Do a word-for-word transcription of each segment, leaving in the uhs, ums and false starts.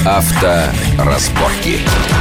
Авторазборки.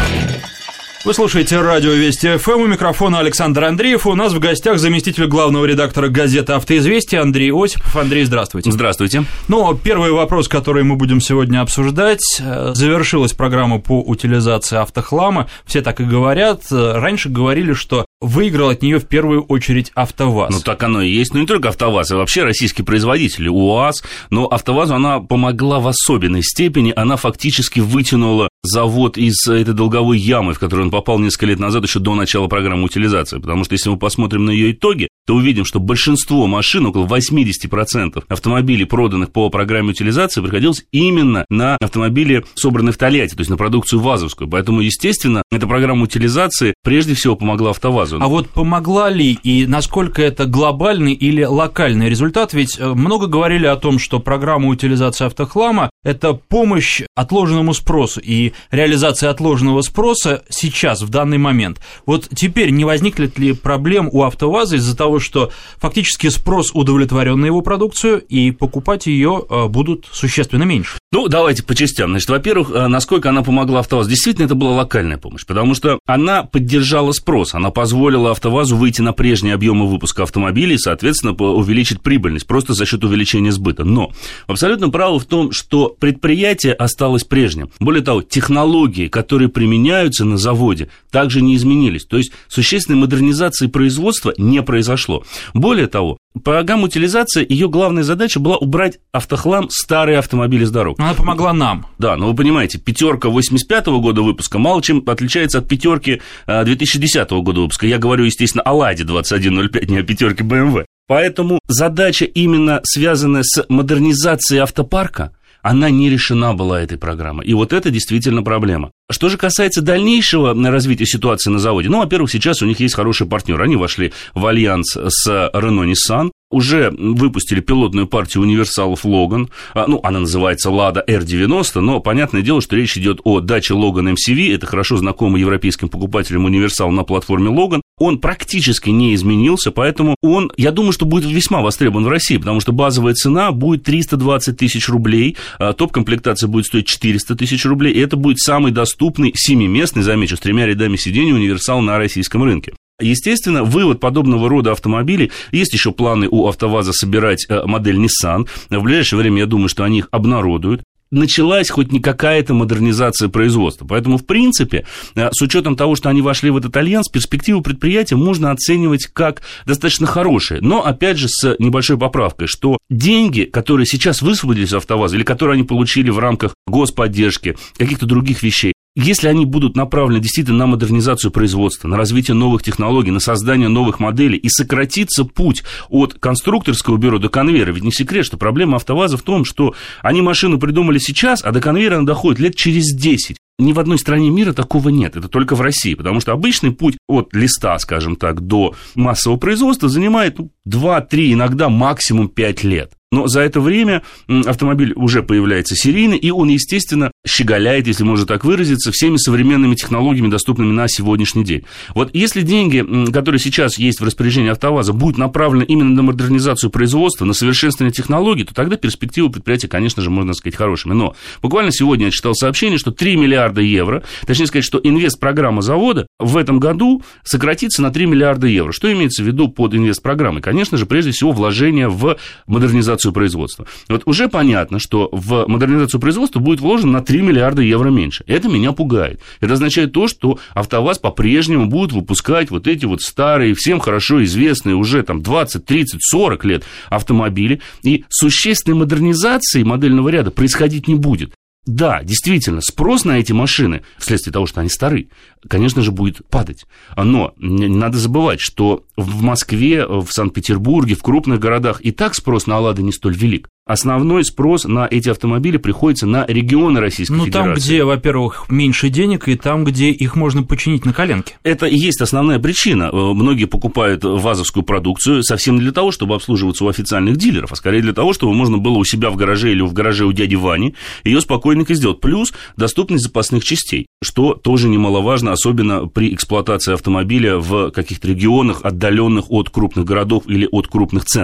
Вы слушаете радио Вести ФМ, у микрофона Александр Андреев. У нас в гостях заместитель главного редактора газеты «Автоизвестия» Андрей Осипов. Андрей, здравствуйте. Здравствуйте. Ну, первый вопрос, который мы будем сегодня обсуждать. Завершилась программа по утилизации автохлама. Все так и говорят. Раньше говорили, что выиграл от нее в первую очередь АвтоВАЗ. Ну, так оно и есть. Ну, не только АвтоВАЗ, а вообще российские производители, УАЗ. Но АвтоВАЗу она помогла в особенной степени. Она фактически вытянула завод из этой долговой ямы, в которую он попал несколько лет назад, еще до начала программы утилизации. Потому что если мы посмотрим на ее итоги, то увидим, что большинство машин, около восемьдесят процентов автомобилей, проданных по программе утилизации, приходилось именно на автомобили, собранные в Тольятти, то есть на продукцию ВАЗовскую. Поэтому, естественно, эта программа утилизации прежде всего помогла АвтоВАЗу. А вот помогла ли и насколько это глобальный или локальный результат? Ведь много говорили о том, что программа утилизации автохлама – это помощь отложенному спросу, и реализация отложенного спроса сейчас, в данный момент. Вот теперь не возникнет ли проблем у АвтоВАЗа из-за того, что фактически спрос удовлетворен на его продукцию, и покупать ее будут существенно меньше? Ну, давайте по частям. Значит, во-первых, насколько она помогла АвтоВАЗу? Действительно, это была локальная помощь, потому что она поддержала спрос, она позволила АвтоВАЗу выйти на прежние объемы выпуска автомобилей и, соответственно, увеличить прибыльность просто за счет увеличения сбыта. Но абсолютно право в том, что предприятие осталось прежним. Более того, технологии, которые применяются на заводе, также не изменились. То есть существенной модернизации производства не произошло. Более того, программа утилизации, ее главная задача была убрать автохлам, старые автомобили с дорог. Она помогла нам. Да, но вы понимаете, пятерка восемьдесят пятого года выпуска мало чем отличается от пятерки две тысячи десятого года выпуска. Я говорю, естественно, о Ладе двадцать один ноль пять, не о пятерке бэ эм вэ. Поэтому задача, именно связанная с модернизацией автопарка, она не решена была этой программой. И вот это действительно проблема. Что же касается дальнейшего развития ситуации на заводе, ну, во-первых, сейчас у них есть хороший партнер. Они вошли в альянс с Renault Nissan, уже выпустили пилотную партию универсалов Logan, ну, она называется Lada эр девяносто, но понятное дело, что речь идет о даче Logan эм си ви, это хорошо знакомый европейским покупателям универсал на платформе Logan. Он практически не изменился, поэтому он, я думаю, что будет весьма востребован в России, потому что базовая цена будет триста двадцать тысяч рублей, топ-комплектация будет стоить четыреста тысяч рублей, и это будет самый доступный семиместный, замечу, с тремя рядами сидений универсал на российском рынке. Естественно, вывод подобного рода автомобилей, есть еще планы у АвтоВАЗа собирать модель Nissan, в ближайшее время, я думаю, что они их обнародуют. Началась хоть не какая-то модернизация производства. Поэтому, в принципе, с учетом того, что они вошли в этот альянс, перспективу предприятия можно оценивать как достаточно хорошие. Но, опять же, с небольшой поправкой, что деньги, которые сейчас высвободились в АвтоВАЗа, или которые они получили в рамках господдержки, каких-то других вещей, если они будут направлены действительно на модернизацию производства, на развитие новых технологий, на создание новых моделей, и сократится путь от конструкторского бюро до конвейера, ведь не секрет, что проблема АвтоВАЗа в том, что они машину придумали сейчас, а до конвейера она доходит лет через десять. Ни в одной стране мира такого нет, это только в России, потому что обычный путь от листа, скажем так, до массового производства занимает два-три, иногда максимум пять лет. Но за это время автомобиль уже появляется серийный, и он, естественно, щеголяет, если можно так выразиться, всеми современными технологиями, доступными на сегодняшний день. Вот если деньги, которые сейчас есть в распоряжении АвтоВАЗа, будут направлены именно на модернизацию производства, на совершенствование технологий, то тогда перспективы предприятия, конечно же, можно сказать, хорошими. Но буквально сегодня я читал сообщение, что три миллиарда евро, точнее сказать, что инвестпрограмма завода в этом году сократится на три миллиарда евро. Что имеется в виду под инвестпрограммой? Конечно же, прежде всего, вложение в модернизацию производства. Вот уже понятно, что в модернизацию производства будет вложено на три миллиарда евро меньше. Это меня пугает. Это означает то, что АвтоВАЗ по-прежнему будет выпускать вот эти вот старые, всем хорошо известные уже там двадцать, тридцать, сорок лет автомобили, и существенной модернизации модельного ряда происходить не будет. Да, действительно, спрос на эти машины, вследствие того, что они стары, конечно же, будет падать. Но не надо забывать, что в Москве, в Санкт-Петербурге, в крупных городах и так спрос на «Лады» не столь велик. Основной спрос на эти автомобили приходится на регионы Российской ну, Федерации. Ну, там, где, во-первых, меньше денег, и там, где их можно починить на коленке. Это и есть основная причина. Многие покупают вазовскую продукцию совсем не для того, чтобы обслуживаться у официальных дилеров, а скорее для того, чтобы можно было у себя в гараже или в гараже у дяди Вани ее спокойненько сделать. Плюс доступность запасных частей, что тоже немаловажно, особенно при эксплуатации автомобиля в каких-то регионах, отдаленных от крупных городов или от крупных центров.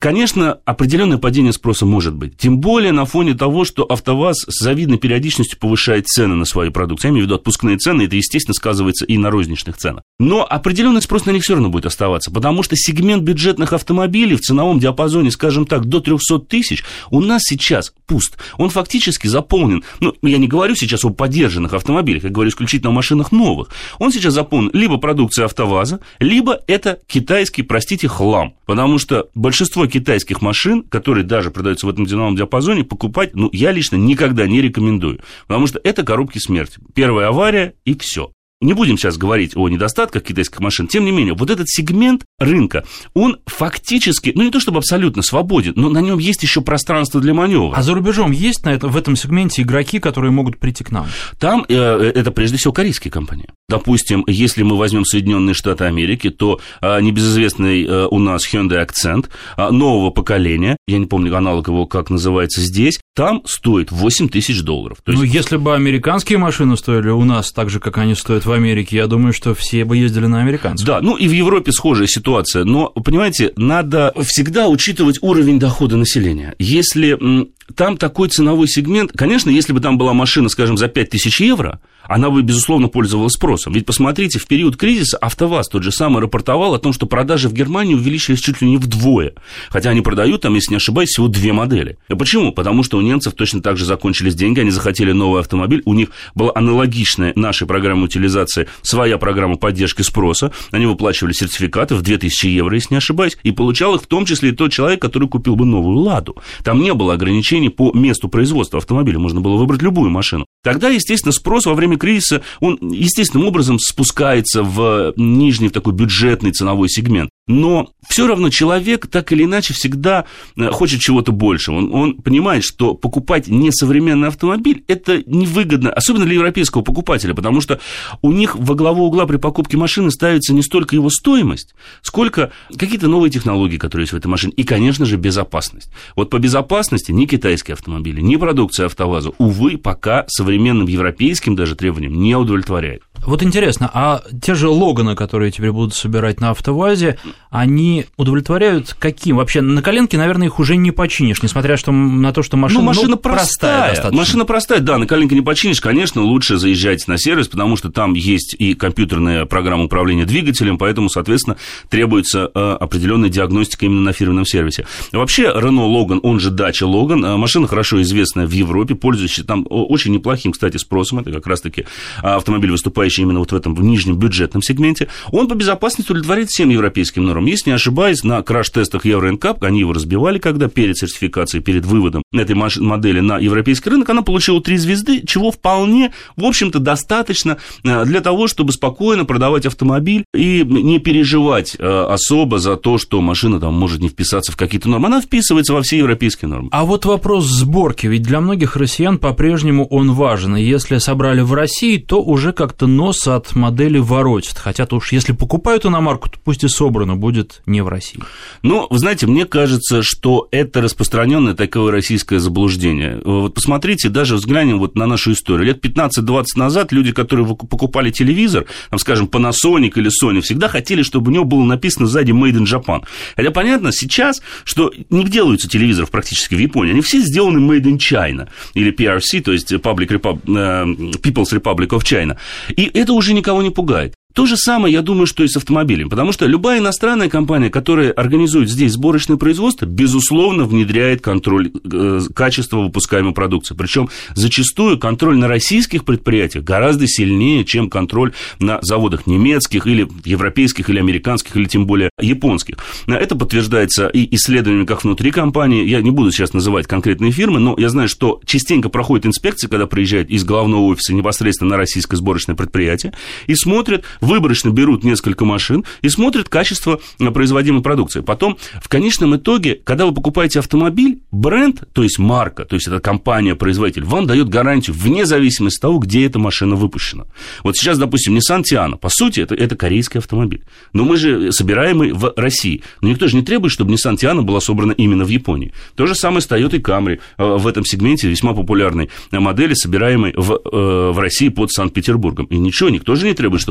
конечно, определенное падение спроса может быть. Тем более на фоне того, что АвтоВАЗ с завидной периодичностью повышает цены на свою продукцию. Я имею в виду отпускные цены, это, естественно, сказывается и на розничных ценах. Но определенный спрос на них все равно будет оставаться, потому что сегмент бюджетных автомобилей в ценовом диапазоне, скажем так, до триста тысяч у нас сейчас пуст. Он фактически заполнен, ну, я не говорю сейчас о подержанных автомобилях, я говорю исключительно о машинах новых. Он сейчас заполнен либо продукцией АвтоВАЗа, либо это китайский, простите, хлам. Потому что большинство китайских машин, которые даже продаются в этом ценовом диапазоне, покупать, ну, я лично никогда не рекомендую. Потому что это коробки смерти. Первая авария и все. Не будем сейчас говорить о недостатках китайских машин, тем не менее, вот этот сегмент рынка, он фактически, ну не то чтобы абсолютно свободен, но на нем есть еще пространство для маневра. А за рубежом есть на это, в этом сегменте игроки, которые могут прийти к нам? Там э, это прежде всего корейские компании. Допустим, если мы возьмем Соединенные Штаты Америки, то э, небезызвестный э, у нас Hyundai Accent э, нового поколения, я не помню аналог его, как называется здесь, там стоит восемь тысяч долларов. То есть... Ну, если бы американские машины стоили у нас так же, как они стоят в Америке, я думаю, что все бы ездили на американцев. Да, ну и в Европе схожая ситуация, но, понимаете, надо всегда учитывать уровень дохода населения. Если там такой ценовой сегмент, конечно, если бы там была машина, скажем, за пять тысяч евро, она бы, безусловно, пользовалась спросом. Ведь, посмотрите, в период кризиса АвтоВАЗ тот же самый рапортовал о том, что продажи в Германии увеличились чуть ли не вдвое. Хотя они продают там, если не ошибаюсь, всего две модели. А почему? Потому что у немцев точно так же закончились деньги, они захотели новый автомобиль, у них была аналогичная нашей программе утилизации, своя программа поддержки спроса, они выплачивали сертификаты в две тысячи евро, если не ошибаюсь, и получал их в том числе и тот человек, который купил бы новую «Ладу». Там не было ограничений по месту производства автомобиля, можно было выбрать любую машину. Тогда, естественно, спрос во время кризиса, он естественным образом спускается в нижний, в такой бюджетный ценовой сегмент. Но все равно человек так или иначе всегда хочет чего-то большего. Он, он понимает, что покупать несовременный автомобиль – это невыгодно, особенно для европейского покупателя, потому что у них во главу угла при покупке машины ставится не столько его стоимость, сколько какие-то новые технологии, которые есть в этой машине, и, конечно же, безопасность. Вот по безопасности ни китайские автомобили, ни продукция АвтоВАЗа, увы, пока современным европейским даже требованиям не удовлетворяет. Вот интересно, а те же Логаны, которые теперь будут собирать на АвтоВАЗе, они удовлетворяют каким? Вообще, на коленке, наверное, их уже не починишь, несмотря что, на то, что машина, ну, машина ну, простая, простая достаточно. Машина простая, да, на коленке не починишь, конечно, лучше заезжать на сервис, потому что там есть и компьютерная программа управления двигателем, поэтому, соответственно, требуется определенная диагностика именно на фирменном сервисе. Вообще, Renault Logan, он же Dacia Logan, машина хорошо известная в Европе, пользующаяся там очень неплохим, кстати, спросом, это как раз-таки автомобиль, выступающий именно вот в этом в нижнем бюджетном сегменте, он по безопасности удовлетворяет всем европейским нормам. Если не ошибаюсь, на краш-тестах Euro эн кап, они его разбивали, когда перед сертификацией, перед выводом этой модели на европейский рынок, она получила три звезды, чего вполне, в общем-то, достаточно для того, чтобы спокойно продавать автомобиль и не переживать особо за то, что машина там может не вписаться в какие-то нормы. Она вписывается во все европейские нормы. А вот вопрос сборки, ведь для многих россиян по-прежнему он важен, и если собрали в России, то уже как-то нос от модели воротит, хотя-то уж если покупают иномарку, то пусть и собрано будет не в России. Ну, вы знаете, мне кажется, что это распространенное такое российское заблуждение. Вот посмотрите, даже взглянем вот на нашу историю. Лет пятнадцать-двадцать назад люди, которые покупали телевизор, там, скажем, Panasonic или Sony, всегда хотели, чтобы у него было написано сзади Made in Japan. Хотя понятно сейчас, что не делаются телевизоров практически в Японии, они все сделаны Made in China, или пи ар си, то есть Public Repub... People's Republic of China. И это уже никого не пугает. То же самое, я думаю, что и с автомобилем, потому что любая иностранная компания, которая организует здесь сборочное производство, безусловно, внедряет контроль э, качества выпускаемой продукции. Причем зачастую контроль на российских предприятиях гораздо сильнее, чем контроль на заводах немецких или европейских, или американских, или тем более японских. Это подтверждается и исследованиями как внутри компании. Я не буду сейчас называть конкретные фирмы, но я знаю, что частенько проходят инспекции, когда приезжают из главного офиса непосредственно на российское сборочное предприятие и смотрят, выборочно берут несколько машин и смотрят качество производимой продукции. Потом, в конечном итоге, когда вы покупаете автомобиль, бренд, то есть марка, то есть это компания-производитель, вам дает гарантию вне зависимости от того, где эта машина выпущена. Вот сейчас, допустим, Nissan Tiana, по сути, это, это корейский автомобиль. Но мы же собираемый в России. Но никто же не требует, чтобы Nissan Tiana была собрана именно в Японии. То же самое с Toyota Camry в этом сегменте, весьма популярной модели, собираемой в, в России под Санкт-Петербургом. И ничего, никто же не требует, чтобы Camry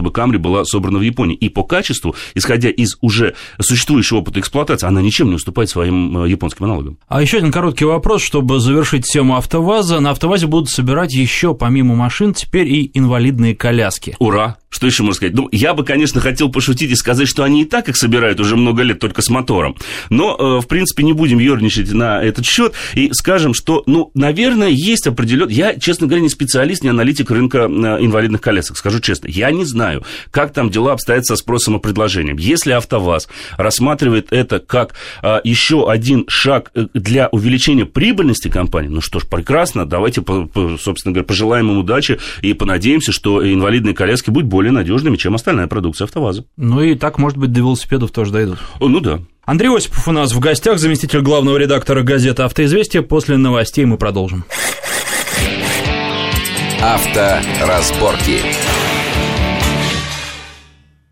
была собрана в Японии. И по качеству, исходя из уже существующего опыта эксплуатации, она ничем не уступает своим японским аналогам. А еще один короткий вопрос, чтобы завершить тему АвтоВАЗа. На АвтоВАЗе будут собирать еще, помимо машин, теперь и инвалидные коляски. Ура! Что еще можно сказать? Ну, я бы, конечно, хотел пошутить и сказать, что они и так их собирают уже много лет, только с мотором. Но, в принципе, не будем ерничать на этот счет и скажем, что, ну, наверное, есть определенный... Я, честно говоря, не специалист, не аналитик рынка инвалидных колясок, скажу честно. Я не знаю, как там дела обстоят со спросом и предложением. Если АвтоВАЗ рассматривает это как еще один шаг для увеличения прибыльности компании, ну что ж, прекрасно, давайте, собственно говоря, пожелаем им удачи и понадеемся, что инвалидные коляски будут более надежными, чем остальная продукция АвтоВАЗа. Ну и так, может быть, до велосипедов тоже дойдут. Ну да. Андрей Осипов у нас в гостях, заместитель главного редактора газеты «Автоизвестия». После новостей мы продолжим. Авторазборки.